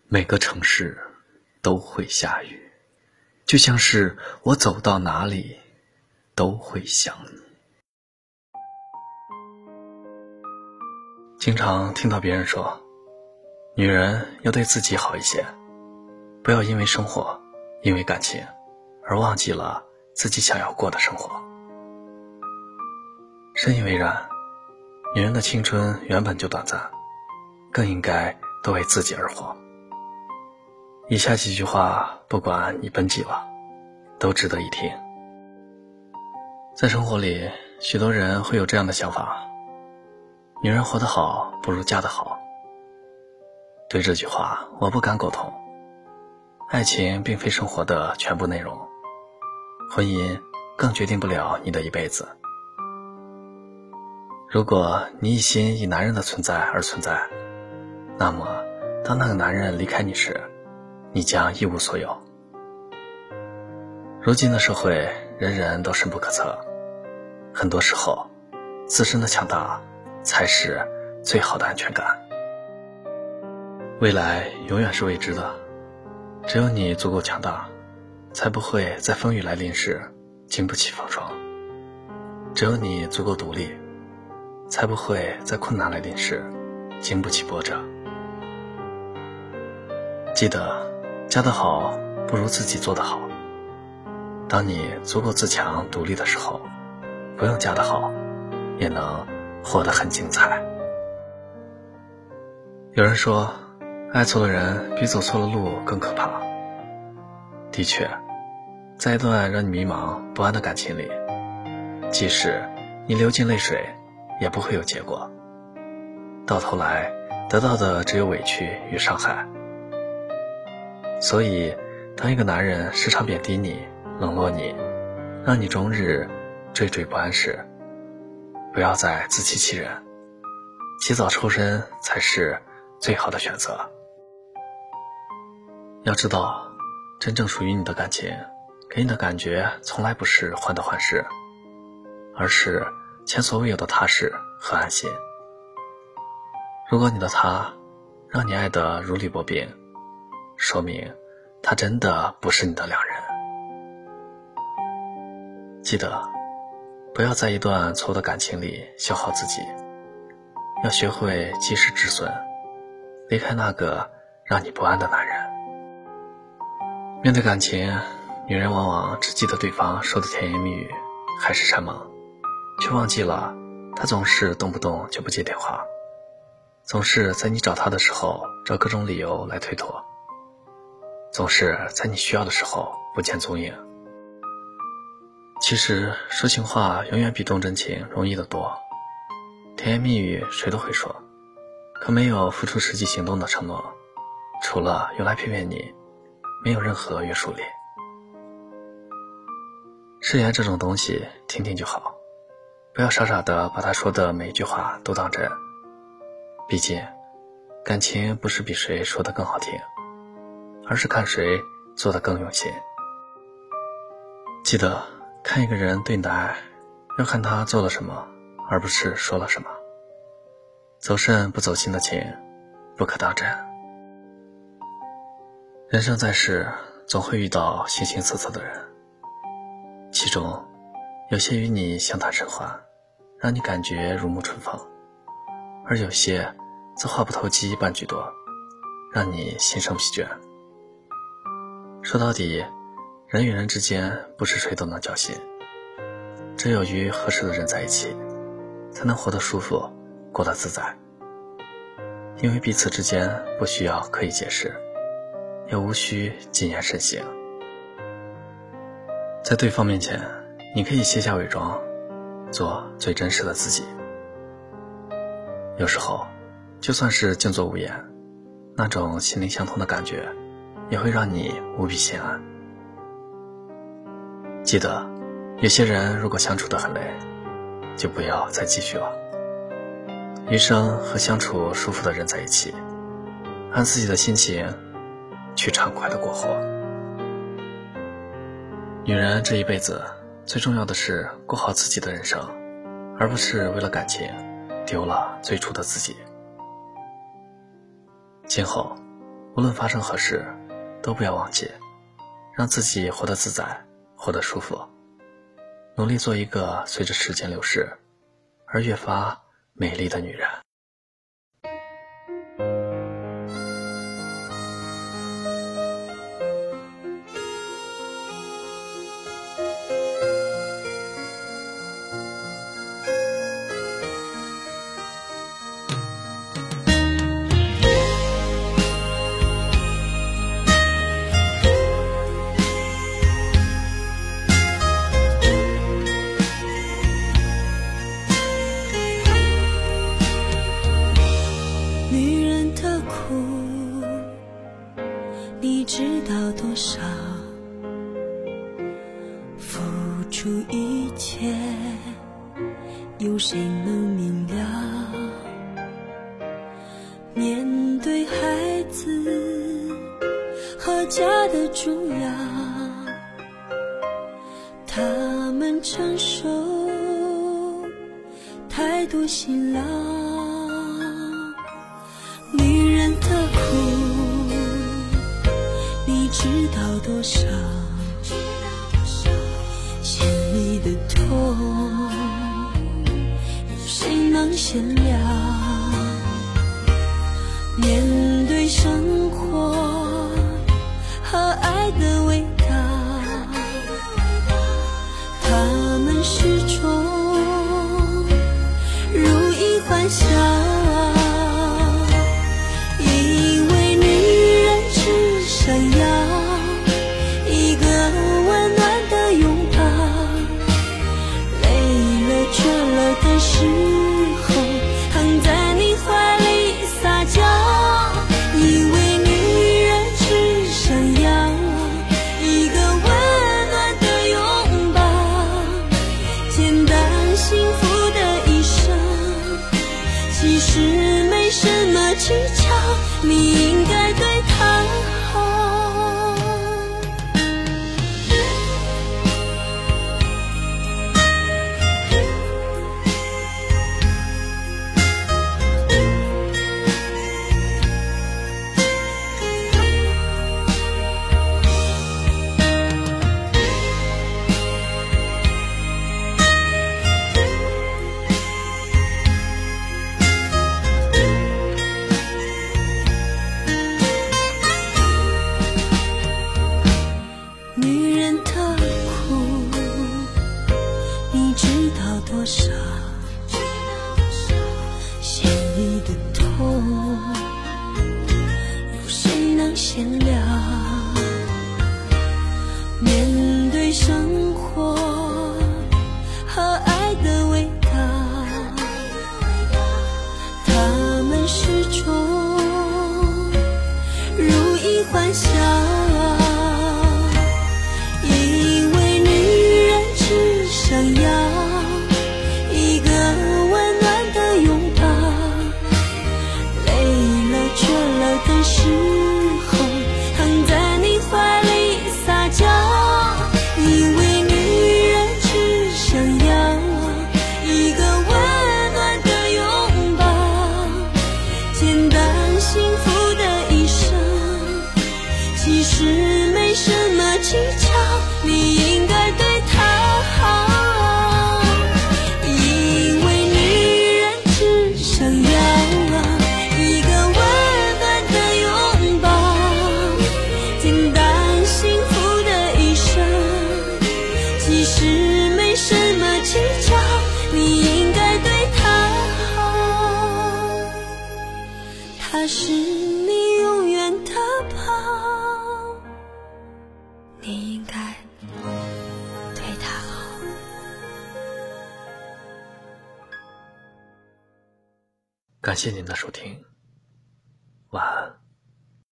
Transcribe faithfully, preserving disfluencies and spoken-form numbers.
每个城市都会下雨，就像是我走到哪里都会想你。经常听到别人说，女人要对自己好一些，不要因为生活，因为感情而忘记了自己想要过的生活。深以为然，女人的青春原本就短暂，更应该多为自己而活。以下几句话，不管你奔几了，都值得一听。在生活里，许多人会有这样的想法：女人活得好，不如嫁得好。对这句话，我不敢苟同。爱情并非生活的全部内容，婚姻更决定不了你的一辈子。如果你一心以男人的存在而存在，那么当那个男人离开你时，你将一无所有。如今的社会，人人都深不可测，很多时候，自身的强大才是最好的安全感。未来永远是未知的，只有你足够强大，才不会在风雨来临时经不起风霜；只有你足够独立，才不会在困难来临时经不起波折。记得，嫁得好不如自己做得好。当你足够自强独立的时候，不用嫁得好也能活得很精彩。有人说，爱错了人比走错了路更可怕。的确，在一段让你迷茫不安的感情里，即使你流尽泪水，也不会有结果，到头来得到的只有委屈与伤害。所以当一个男人时常贬低你，冷落你，让你终日惴惴不安时，不要再自欺欺人，及早抽身才是最好的选择。要知道，真正属于你的感情，给你的感觉从来不是患得患失，而是前所未有的踏实和安心。如果你的他让你爱得如履薄冰，说明他真的不是你的良人。记得，不要在一段错误的感情里消耗自己，要学会及时止损，离开那个让你不安的男人。面对感情，女人往往只记得对方说的甜言蜜语，海誓山盟，却忘记了他总是动不动就不接电话，总是在你找他的时候找各种理由来推脱，总是在你需要的时候不见踪影。其实说情话永远比动真情容易得多，甜言蜜语谁都会说，可没有付出实际行动的承诺，除了用来骗骗你，没有任何约束力。誓言这种东西听听就好，不要傻傻的把他说的每一句话都当真。毕竟感情不是比谁说的更好听，而是看谁做得更用心。记得看一个人对你的爱，要看他做了什么，而不是说了什么。走肾不走心的情，不可当真。人生在世，总会遇到形形色色的人，其中有些与你相谈甚欢，让你感觉如沐春风，而有些则话不投机半句多，让你心生疲倦。说到底，人与人之间不是谁都能交心，只有与合适的人在一起，才能活得舒服，过得自在。因为彼此之间不需要刻意解释，也无需谨言慎行。在对方面前，你可以卸下伪装，做最真实的自己。有时候就算是静坐无言，那种心灵相通的感觉也会让你无比心安。记得，有些人如果相处得很累，就不要再继续了。余生和相处舒服的人在一起，按自己的心情去畅快的过活。女人这一辈子最重要的是过好自己的人生，而不是为了感情丢了最初的自己。今后无论发生何事，都不要忘记让自己活得自在，活得舒服，努力做一个随着时间流逝而越发美丽的女人。 你知道多少？付出一切，有谁能明了？面对孩子和家的重要，他们承受太多辛劳。女人的苦你知道多少？心里的痛有谁能闲了？面对生活和爱的味道，他们始终如意欢笑。想要一个温暖的拥抱，累了倦了的时候，躺在你怀里撒娇。因为女人只想要一个温暖的拥抱，简单幸福的一生，其实没什么技巧，你应该对她好。多少心里的痛有谁能闲了？面对生活和爱的味道，他们始终如意欢笑。因为女人只想要的时候，躺在你怀里撒娇。因为女人只想要一个温暖的拥抱，简单幸福的一生，其实没什么技巧，你应该对她好。因为女人只想要其实没什么技巧，你应该对她好。她是你永远的宝，你应该对她好。 感谢您的收听。